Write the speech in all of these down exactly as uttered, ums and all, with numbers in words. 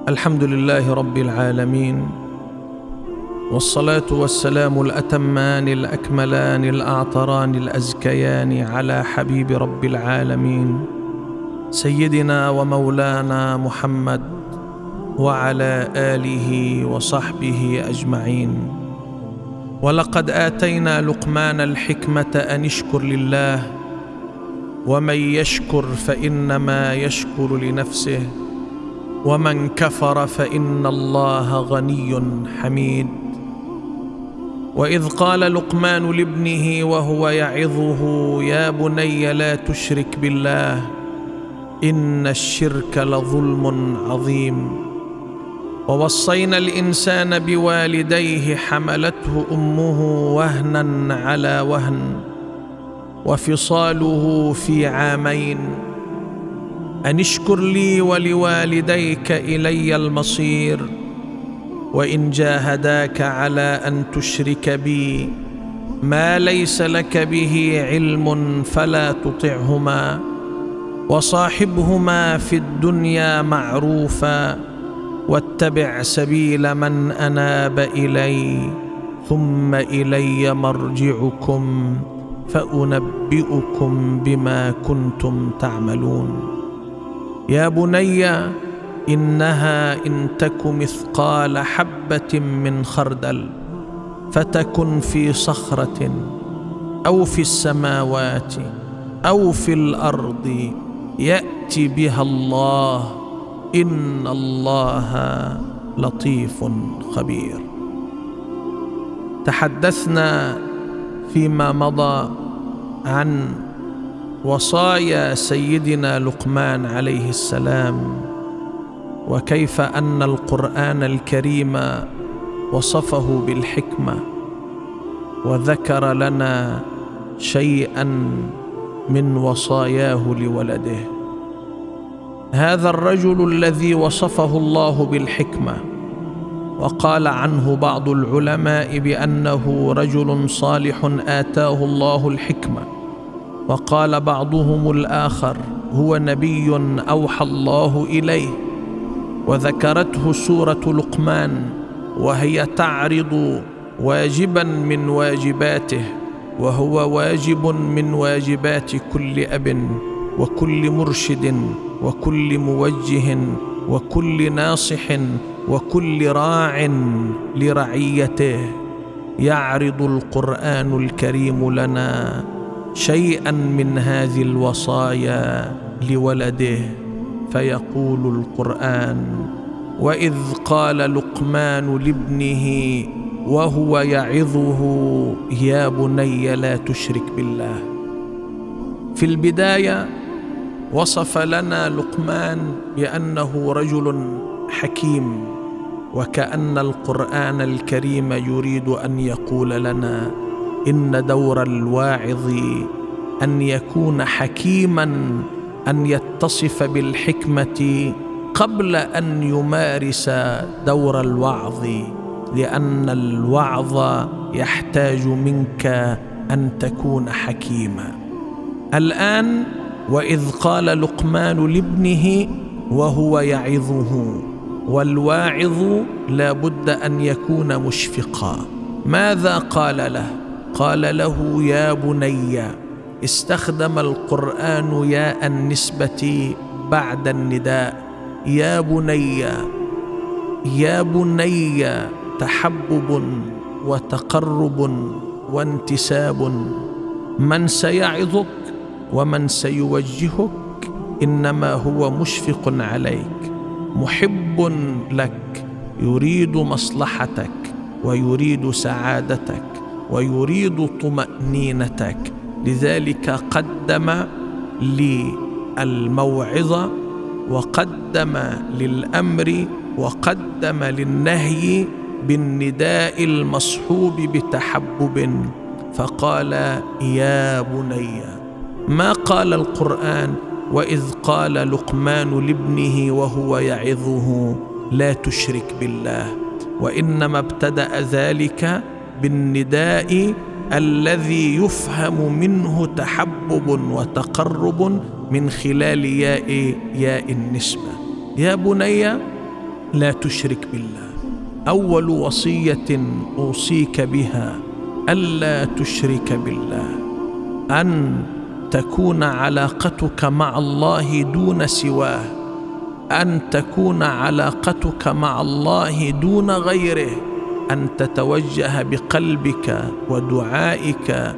الحمد لله رب العالمين، والصلاة والسلام الأتمان الأكملان الأعطران الأزكيان على حبيب رب العالمين سيدنا ومولانا محمد وعلى آله وصحبه أجمعين. ولقد آتينا لقمان الحكمة أن اشكر لله، ومن يشكر فإنما يشكر لنفسه، ومن كفر فإن الله غني حميد. وإذ قال لقمان لابنه وهو يعظه: يا بني لا تشرك بالله إن الشرك لظلم عظيم. ووصينا الإنسان بوالديه حملته أمه وهنا على وهن وفصاله في عامين أن اشكر لي ولوالديك إلي المصير. وإن جاهداك على أن تشرك بي ما ليس لك به علم فلا تطعهما، وصاحبهما في الدنيا معروفا، واتبع سبيل من أناب إلي، ثم إلي مرجعكم فأنبئكم بما كنتم تعملون. يا بني إنها إن تك مثقال حبة من خردل فتكن في صخرة أو في السماوات أو في الأرض يأتي بها الله، إن الله لطيف خبير. تحدثنا فيما مضى عن وصايا سيدنا لقمان عليه السلام، وكيف أن القرآن الكريم وصفه بالحكمة، وذكر لنا شيئا من وصاياه لولده. هذا الرجل الذي وصفه الله بالحكمة وقال عنه بعض العلماء بأنه رجل صالح آتاه الله الحكمة، وقال بعضهم الآخر هو نبي أوحى الله إليه. وذكرته سورة لقمان وهي تعرض واجبا من واجباته، وهو واجب من واجبات كل أب وكل مرشد وكل موجه وكل ناصح وكل راع لرعيته. يعرض القرآن الكريم لنا شيئا من هذه الوصايا لولده، فيقول القرآن: وإذ قال لقمان لابنه وهو يعظه يا بني لا تشرك بالله. في البداية وصف لنا لقمان بأنه رجل حكيم، وكأن القرآن الكريم يريد أن يقول لنا إن دور الواعظ أن يكون حكيما، أن يتصف بالحكمة قبل أن يمارس دور الوعظ، لأن الوعظ يحتاج منك أن تكون حكيما. الآن وإذ قال لقمان لابنه وهو يعظه، والواعظ لا بد أن يكون مشفقا. ماذا قال له؟ قال له يا بني. استخدم القرآن ياء النسبة بعد النداء. يا بني، يا بني تحبب وتقرب وانتساب. من سيعظك ومن سيوجهك إنما هو مشفق عليك، محب لك، يريد مصلحتك ويريد سعادتك ويريد طمأنينتك. لذلك قدم للموعظة وقدم للأمر وقدم للنهي بالنداء المصحوب بتحبب، فقال يا بني. ما قال القرآن وإذ قال لقمان لابنه وهو يعظه لا تشرك بالله، وإنما ابتدأ ذلك بالنداء الذي يفهم منه تحبب وتقرب من خلال ياء ياء النسبة. يا بني لا تشرك بالله. أول وصية أوصيك بها ألا تشرك بالله، أن تكون علاقتك مع الله دون سواه، أن تكون علاقتك مع الله دون غيره، أن تتوجه بقلبك ودعائك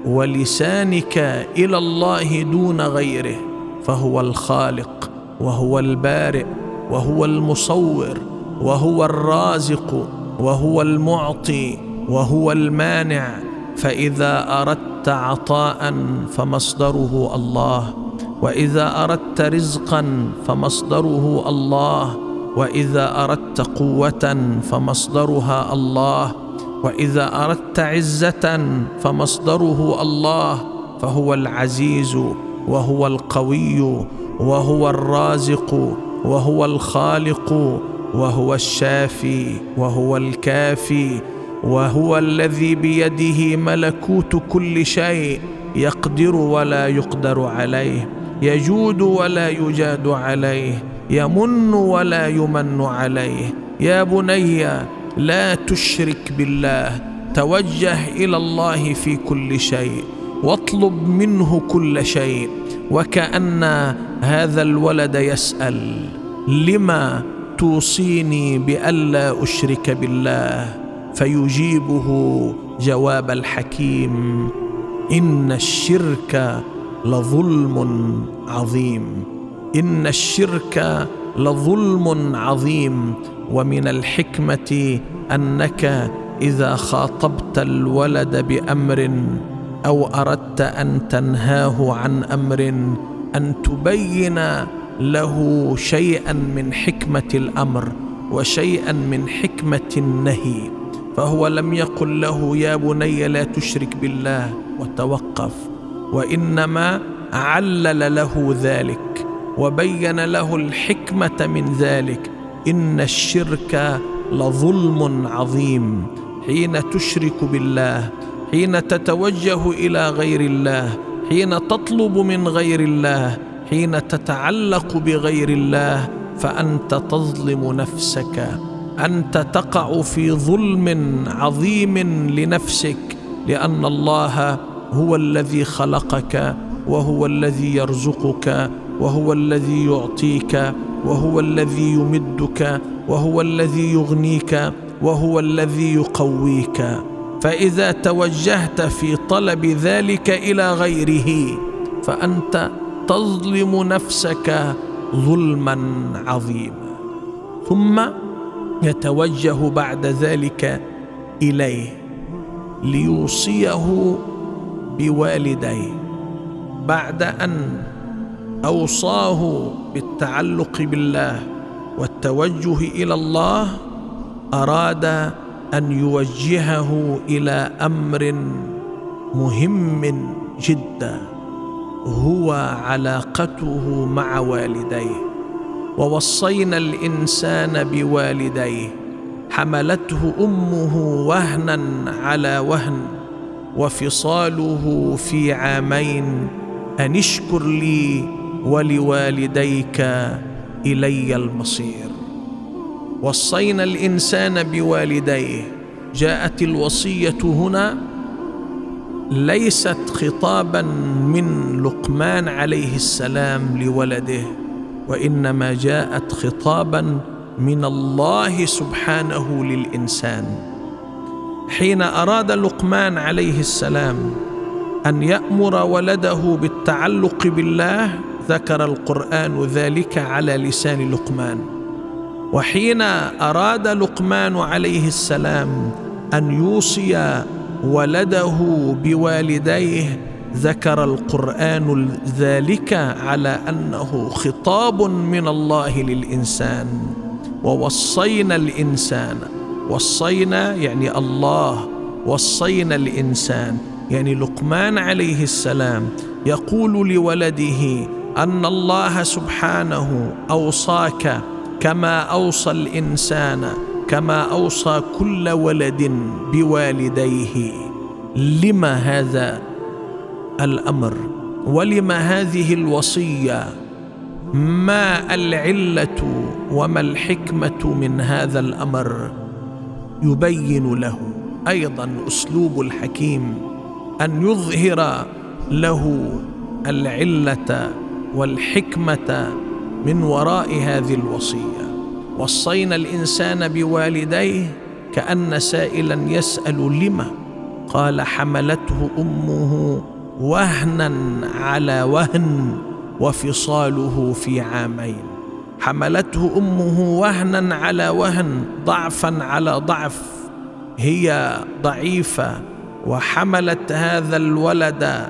ولسانك إلى الله دون غيره، فهو الخالق وهو البارئ وهو المصور وهو الرازق وهو المعطي وهو المانع. فإذا أردت عطاء فمصدره الله، وإذا أردت رزقا فمصدره الله، وإذا أردت قوة فمصدرها الله، وإذا أردت عزة فمصدره الله، فهو العزيز وهو القوي وهو الرازق وهو الخالق وهو الشافي وهو الكافي، وهو الذي بيده ملكوت كل شيء، يقدر ولا يقدر عليه، يجود ولا يجاد عليه، يمن ولا يمن عليه. يا بني لا تشرك بالله، توجه إلى الله في كل شيء واطلب منه كل شيء. وكأن هذا الولد يسأل: لما توصيني بألا أشرك بالله؟ فيجيبه جواب الحكيم: إن الشرك لظلم عظيم، إن الشرك لظلم عظيم. ومن الحكمة أنك إذا خاطبت الولد بأمر أو أردت أن تنهاه عن أمر أن تبين له شيئا من حكمة الأمر وشيئا من حكمة النهي. فهو لم يقل له: يا بني لا تشرك بالله وتوقف، وإنما علل له ذلك وبين له الحكمة من ذلك. إن الشرك لظلم عظيم. حين تشرك بالله، حين تتوجه إلى غير الله، حين تطلب من غير الله، حين تتعلق بغير الله، فأنت تظلم نفسك، أنت تقع في ظلم عظيم لنفسك، لأن الله هو الذي خلقك وهو الذي يرزقك وهو الذي يعطيك وهو الذي يمدك وهو الذي يغنيك وهو الذي يقويك. فإذا توجهت في طلب ذلك إلى غيره فأنت تظلم نفسك ظلما عظيما. ثم يتوجه بعد ذلك إليه ليوصيه بوالديه. بعد أن أوصاه بالتعلق بالله والتوجه إلى الله، أراد أن يوجهه إلى أمر مهم جدا، هو علاقته مع والديه. ووصينا الإنسان بوالديه، حملته أمه وهنا على وهن وفصاله في عامين أن اشكر لي ولوالديك إلي المصير. وصينا الإنسان بوالديه. جاءت الوصية هنا ليست خطابا من لقمان عليه السلام لولده، وإنما جاءت خطابا من الله سبحانه للإنسان. حين أراد لقمان عليه السلام أن يأمر ولده بالتعلق بالله، ذكر القرآن ذلك على لسان لقمان. وحين أراد لقمان عليه السلام أن يوصي ولده بوالديه، ذكر القرآن ذلك على أنه خطاب من الله للإنسان. ووصينا الإنسان، وصينا يعني الله، وصينا الإنسان يعني لقمان عليه السلام يقول لولده أن الله سبحانه أوصاك كما أوصى الإنسان، كما أوصى كل ولد بوالديه. لما هذا الأمر ولما هذه الوصية؟ ما العلة وما الحكمة من هذا الأمر؟ يبين له أيضا أسلوب الحكيم أن يظهر له العلة والحكمة من وراء هذه الوصية. وصينا الإنسان بوالديه كأن سائلا يسأل لما؟ قال حملته أمه وهنا على وهن وفصاله في عامين. حملته أمه وهنا على وهن، ضعفا على ضعف، هي ضعيفة وحملت هذا الولد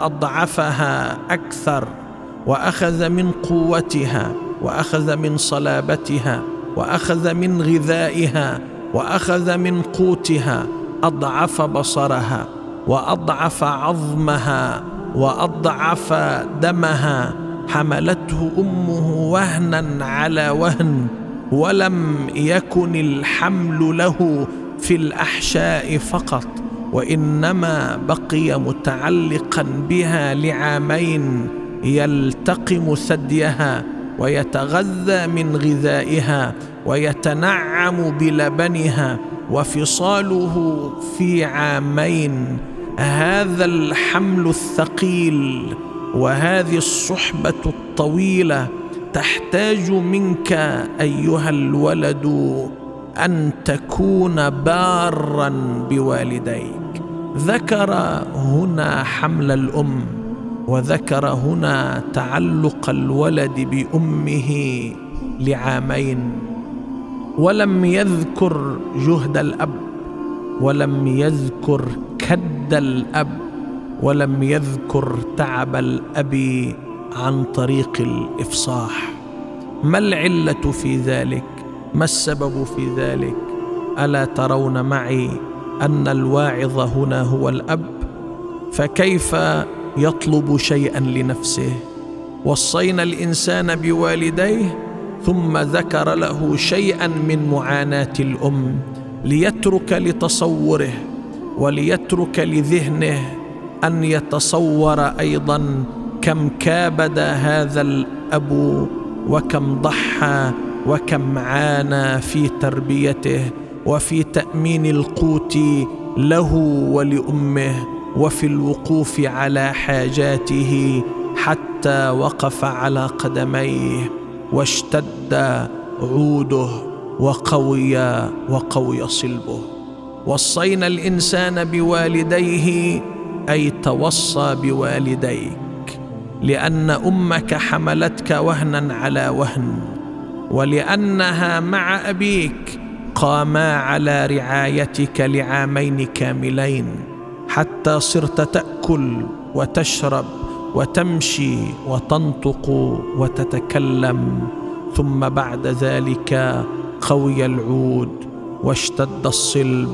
فأضعفها أكثر، وأخذ من قوتها وأخذ من صلابتها وأخذ من غذائها وأخذ من قوتها، أضعف بصرها وأضعف عظمها وأضعف دمها. حملته أمه وهنا على وهن، ولم يكن الحمل له في الأحشاء فقط، وإنما بقي متعلقا بها لعامين، يلتقم ثديها ويتغذى من غذائها ويتنعم بلبنها، وفصاله في عامين. هذا الحمل الثقيل وهذه الصحبة الطويلة تحتاج منك أيها الولد أن تكون باراً بوالديك. ذكر هنا حمل الأم، وذكر هنا تعلق الولد بأمه لعامين، ولم يذكر جهد الأب، ولم يذكر كد الأب، ولم يذكر تعب الأب عن طريق الإفصاح. ما العلة في ذلك؟ ما السبب في ذلك؟ ألا ترون معي أن الواعظ هنا هو الأب؟ فكيف يطلب شيئا لنفسه؟ وصينا الإنسان بوالديه، ثم ذكر له شيئا من معاناة الأم ليترك لتصوره وليترك لذهنه أن يتصور أيضا كم كابد هذا الأب، وكم ضحى، وكم عانى في تربيته وفي تأمين القوت له ولأمه، وفي الوقوف على حاجاته حتى وقف على قدميه واشتد عوده وقوي وقوي صلبه. وصينا الإنسان بوالديه أي توصى بوالديك، لأن أمك حملتك وهنا على وهن، ولأنها مع أبيك قاما على رعايتك لعامين كاملين، حتى صرت تأكل وتشرب وتمشي وتنطق وتتكلم. ثم بعد ذلك قوي العود واشتد الصلب.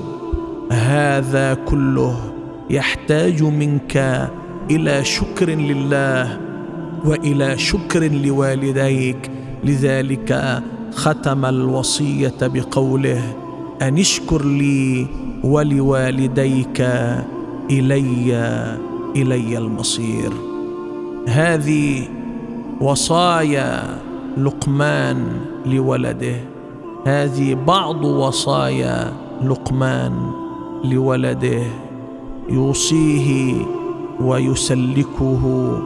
هذا كله يحتاج منك إلى شكر لله وإلى شكر لوالديك. لذلك ختم الوصية بقوله: أن اشكر لي ولوالديك إلي إلي المصير. هذه وصايا لقمان لولده، هذه بعض وصايا لقمان لولده، يوصيه ويسلكه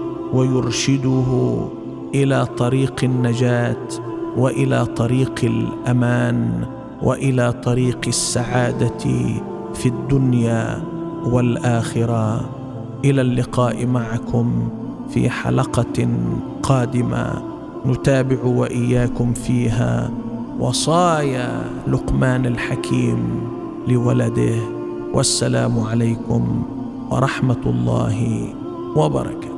ويرشده إلى طريق النجاة وإلى طريق الأمان وإلى طريق السعادة في الدنيا والآخرة. إلى اللقاء معكم في حلقة قادمة نتابع وإياكم فيها وصايا لقمان الحكيم لولده. والسلام عليكم ورحمة الله وبركاته.